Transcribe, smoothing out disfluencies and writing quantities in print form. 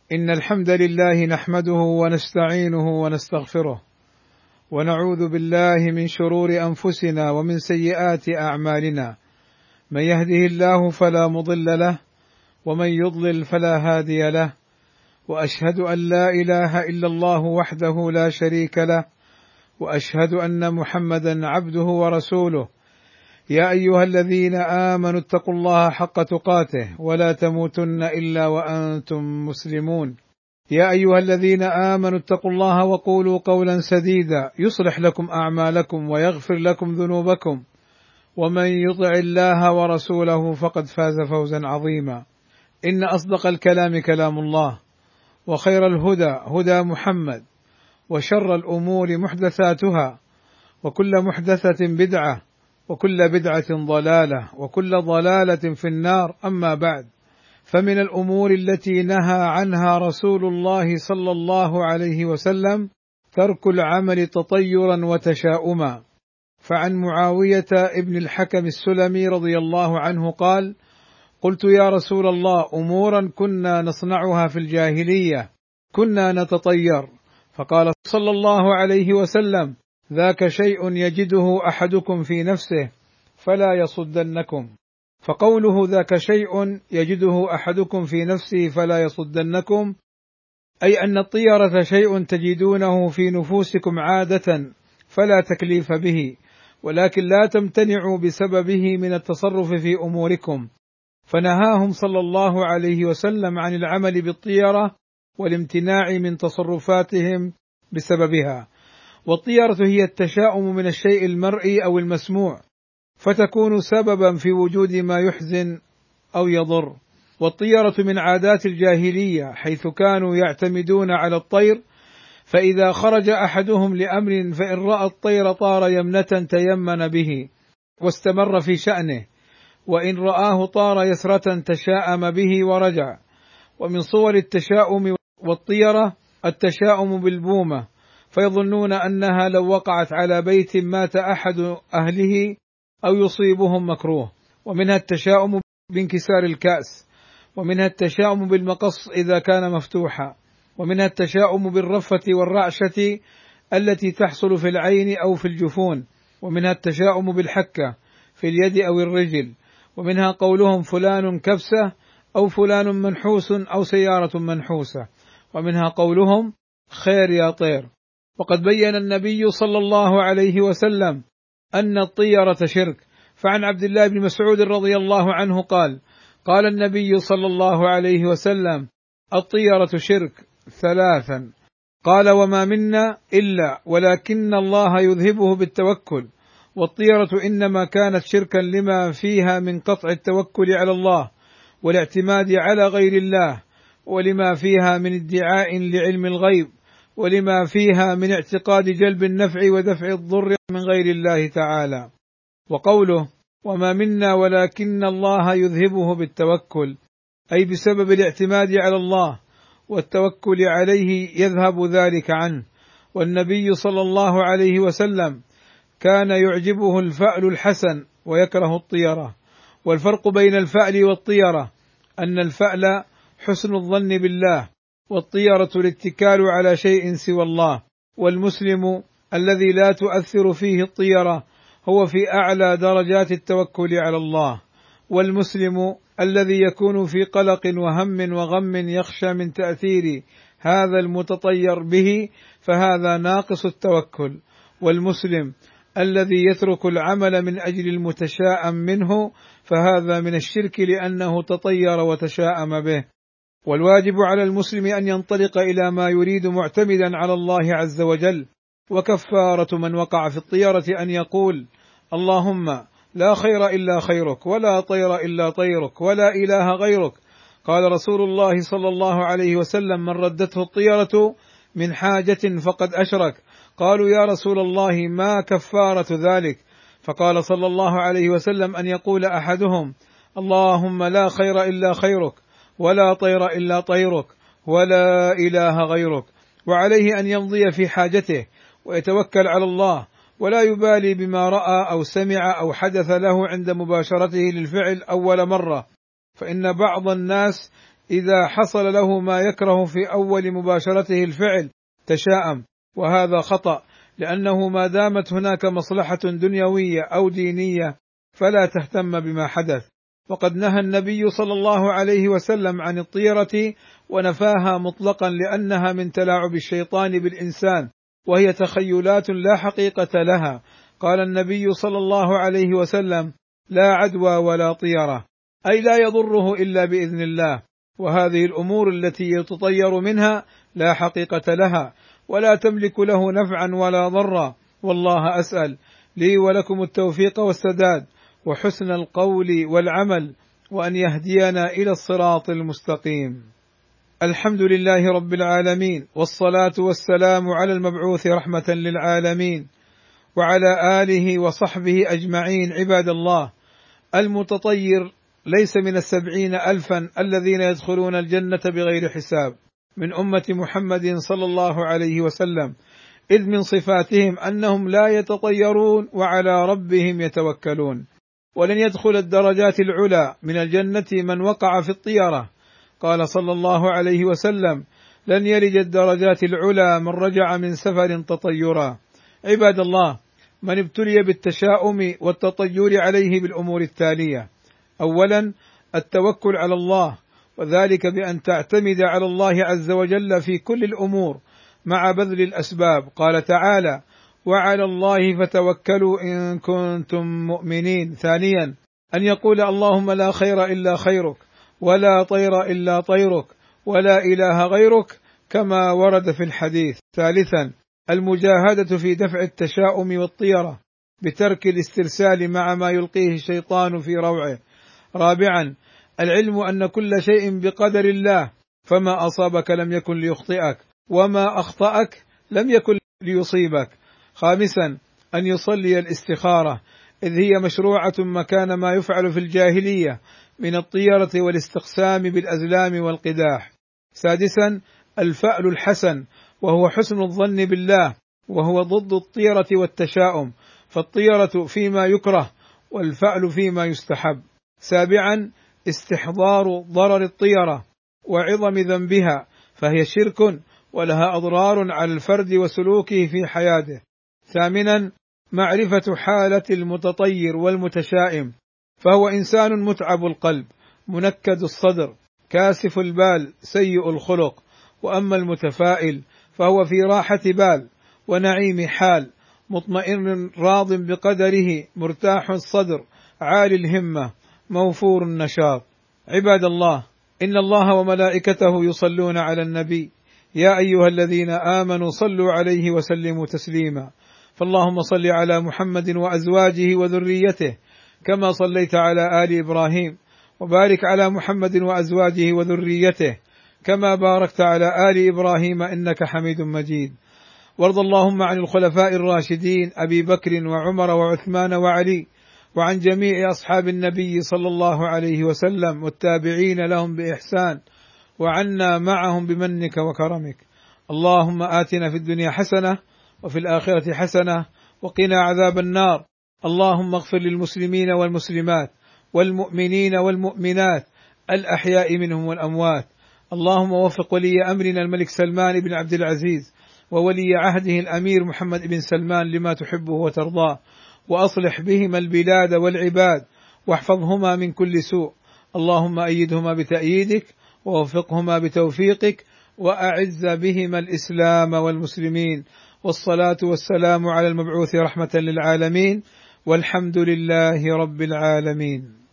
إن الحمد لله نحمده ونستعينه ونستغفره، ونعوذ بالله من شرور أنفسنا ومن سيئات أعمالنا، من يهده الله فلا مضل له، ومن يضلل فلا هادي له، وأشهد أن لا إله إلا الله وحده لا شريك له، وأشهد أن محمدا عبده ورسوله. يا أيها الذين آمنوا اتقوا الله حق تقاته ولا تموتن إلا وأنتم مسلمون. يا أيها الذين آمنوا اتقوا الله وقولوا قولا سديدا يصلح لكم أعمالكم ويغفر لكم ذنوبكم، ومن يطع الله ورسوله فقد فاز فوزا عظيما. إن أصدق الكلام كلام الله، وخير الهدى هدى محمد، وشر الأمور محدثاتها، وكل محدثة بدعة، وكل بدعة ضلالة، وكل ضلالة في النار. أما بعد، فمن الأمور التي نهى عنها رسول الله صلى الله عليه وسلم ترك العمل تطيرا وتشاؤما. فعن معاوية ابن الحكم السلمي رضي الله عنه قال: قلت يا رسول الله، أمورا كنا نصنعها في الجاهلية، كنا نتطير. فقال صلى الله عليه وسلم: ذاك شيء يجده أحدكم في نفسه فلا يصدنكم. فقوله ذاك شيء يجده أحدكم في نفسه فلا يصدنكم، أي أن الطيرة شيء تجدونه في نفوسكم عادة فلا تكليف به، ولكن لا تمتنعوا بسببه من التصرف في أموركم. فنهاهم صلى الله عليه وسلم عن العمل بالطيرة والامتناع من تصرفاتهم بسببها. والطيرة هي التشاؤم من الشيء المرئي أو المسموع، فتكون سببا في وجود ما يحزن أو يضر. والطيرة من عادات الجاهلية، حيث كانوا يعتمدون على الطير، فإذا خرج أحدهم لأمر فإن رأى الطير طار يمنة تيمن به واستمر في شأنه، وإن رآه طار يسرة تشاءم به ورجع. ومن صور التشاؤم والطيرة التشاؤم بالبومة، فيظنون أنها لو وقعت على بيت مات أحد أهله أو يصيبهم مكروه. ومنها التشاؤم بانكسار الكأس، ومنها التشاؤم بالمقص إذا كان مفتوحا، ومنها التشاؤم بالرفة والرعشة التي تحصل في العين أو في الجفون، ومنها التشاؤم بالحكة في اليد أو الرجل، ومنها قولهم فلان كبسة أو فلان منحوس أو سيارة منحوسة، ومنها قولهم خير يا طير. وقد بين النبي صلى الله عليه وسلم أن الطيرة شرك. فعن عبد الله بن مسعود رضي الله عنه قال: قال النبي صلى الله عليه وسلم: الطيرة شرك ثلاثا، قال: وما منا إلا ولكن الله يذهبه بالتوكل. والطيرة إنما كانت شركا لما فيها من قطع التوكل على الله والاعتماد على غير الله، ولما فيها من ادعاء لعلم الغيب، ولما فيها من اعتقاد جلب النفع ودفع الضر من غير الله تعالى. وقوله: وما منا ولكن الله يذهبه بالتوكل، أي بسبب الاعتماد على الله والتوكل عليه يذهب ذلك عنه. والنبي صلى الله عليه وسلم كان يعجبه الفأل الحسن ويكره الطيرة. والفرق بين الفأل والطيرة أن الفأل حسن الظن بالله، والطيرة الاتكال على شيء سوى الله. والمسلم الذي لا تؤثر فيه الطيرة هو في أعلى درجات التوكل على الله. والمسلم الذي يكون في قلق وهم وغم يخشى من تأثير هذا المتطير به فهذا ناقص التوكل. والمسلم الذي يترك العمل من أجل المتشاءم منه فهذا من الشرك لأنه تطير وتشاءم به. والواجب على المسلم أن ينطلق إلى ما يريد معتمدا على الله عز وجل. وكفارة من وقع في الطيرة أن يقول: اللهم لا خير إلا خيرك، ولا طير إلا طيرك، ولا إله غيرك. قال رسول الله صلى الله عليه وسلم: من ردته الطيرة من حاجة فقد أشرك. قالوا: يا رسول الله ما كفارة ذلك؟ فقال صلى الله عليه وسلم: أن يقول أحدهم: اللهم لا خير إلا خيرك، ولا طير إلا طيرك، ولا إله غيرك. وعليه أن يمضي في حاجته ويتوكل على الله، ولا يبالي بما رأى أو سمع أو حدث له عند مباشرته للفعل أول مرة، فإن بعض الناس إذا حصل له ما يكره في أول مباشرته الفعل تشاءم، وهذا خطأ، لأنه ما دامت هناك مصلحة دنيوية أو دينية فلا تهتم بما حدث. وقد نهى النبي صلى الله عليه وسلم عن الطيرة ونفاها مطلقا، لأنها من تلاعب الشيطان بالإنسان، وهي تخيلات لا حقيقة لها. قال النبي صلى الله عليه وسلم: لا عدوى ولا طيرة، أي لا يضره إلا بإذن الله. وهذه الأمور التي يتطير منها لا حقيقة لها، ولا تملك له نفعا ولا ضرا. والله أسأل لي ولكم التوفيق والسداد وحسن القول والعمل، وأن يهدينا إلى الصراط المستقيم. الحمد لله رب العالمين، والصلاة والسلام على المبعوث رحمة للعالمين، وعلى آله وصحبه أجمعين. عباد الله، المتطير ليس من 70,000 الذين يدخلون الجنة بغير حساب من أمة محمد صلى الله عليه وسلم، إذ من صفاتهم أنهم لا يتطيرون وعلى ربهم يتوكلون. ولن يدخل الدرجات العلى من الجنة من وقع في الطيرة. قال صلى الله عليه وسلم: لن يلج الدرجات العلى من رجع من سفر تطيرا. عباد الله، من ابتلي بالتشاؤم والتطير عليه بالأمور التالية: أولا، التوكل على الله، وذلك بأن تعتمد على الله عز وجل في كل الأمور مع بذل الأسباب. قال تعالى: وعلى الله فتوكلوا إن كنتم مؤمنين. ثانيا، أن يقول: اللهم لا خير إلا خيرك، ولا طير إلا طيرك، ولا إله غيرك، كما ورد في الحديث. ثالثا، المجاهدة في دفع التشاؤم والطيرة بترك الاسترسال مع ما يلقيه الشيطان في روعه. رابعا، العلم أن كل شيء بقدر الله، فما أصابك لم يكن ليخطئك، وما أخطأك لم يكن ليصيبك. خامسا، أن يصلي الاستخارة، إذ هي مشروعة مكان ما يفعل في الجاهلية من الطيرة والاستقسام بالأزلام والقداح. سادسا، الفأل الحسن، وهو حسن الظن بالله، وهو ضد الطيرة والتشاؤم، فالطيرة فيما يكره والفأل فيما يستحب. سابعا، استحضار ضرر الطيرة وعظم ذنبها، فهي شرك ولها أضرار على الفرد وسلوكه في حياته. ثامنا، معرفة حالة المتطير والمتشائم، فهو إنسان متعب القلب منكد الصدر كاسف البال سيء الخلق. وأما المتفائل فهو في راحة بال ونعيم حال، مطمئن راض بقدره، مرتاح الصدر، عالي الهمة، موفور النشاط. عباد الله، إن الله وملائكته يصلون على النبي، يا أيها الذين آمنوا صلوا عليه وسلموا تسليما. فاللهم صل على محمد وأزواجه وذريته كما صليت على آل إبراهيم، وبارك على محمد وأزواجه وذريته كما باركت على آل إبراهيم إنك حميد مجيد. وارض اللهم عن الخلفاء الراشدين أبي بكر وعمر وعثمان وعلي، وعن جميع أصحاب النبي صلى الله عليه وسلم والتابعين لهم بإحسان، وعنا معهم بمنك وكرمك. اللهم آتنا في الدنيا حسنة وفي الآخرة حسنة وقنا عذاب النار. اللهم اغفر للمسلمين والمسلمات والمؤمنين والمؤمنات الأحياء منهم والأموات. اللهم وفق ولي أمرنا الملك سلمان بن عبد العزيز وولي عهده الأمير محمد بن سلمان لما تحبه وترضاه، وأصلح بهما البلاد والعباد، واحفظهما من كل سوء. اللهم أيدهما بتأييدك، ووفقهما بتوفيقك، وأعز بهما الإسلام والمسلمين. والصلاة والسلام على المبعوث رحمة للعالمين، والحمد لله رب العالمين.